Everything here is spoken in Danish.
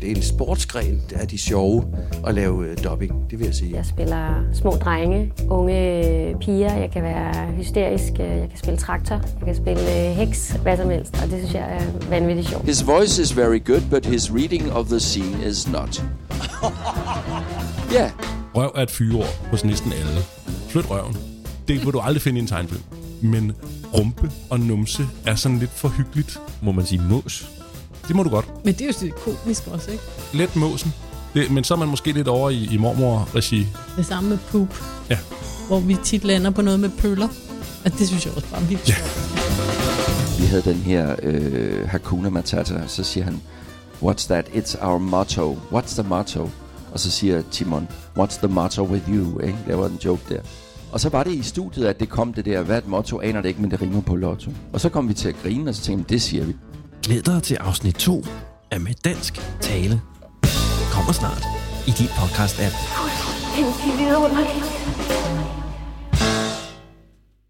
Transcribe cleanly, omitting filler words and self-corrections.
det er en sportsgren, det er de sjove at lave dubbing, det vil jeg sige. Jeg spiller små drenge, unge piger, jeg kan være hysterisk, jeg kan spille traktor, jeg kan spille heks, hvad som helst, og det synes jeg er vanvittigt sjovt. His voice is very good, but his reading of the scene is not. Yeah. Røv er et fyreord hos næsten alle. Flyt røven. Det vil du aldrig finde i en tegnefilm. Men rumpe og numse er sådan lidt for hyggeligt. Må man sige mås? Det må du godt. Men det er jo så komisk også, ikke? Let måsen. Men så er man måske lidt over i mormor-regi. Det samme med poop. Ja. Hvor vi tit lander på noget med pøller. Og det synes jeg også bare er vildt sjovt. Vi havde den her Hakuna Matata, så siger han, what's that? It's our motto. What's the motto? Og så siger Timon, what's the motto with you? Ikke? Der var en joke der. Og så var det i studiet, at det kom det der, hvad et motto, aner det ikke, men det rimer på lotto. Og så kom vi til at grine, og så tænkte vi, det siger vi. Glæd dig til afsnit 2 af Med Dansk Tale. Kommer snart i din podcast-app. Det er vidunderligt.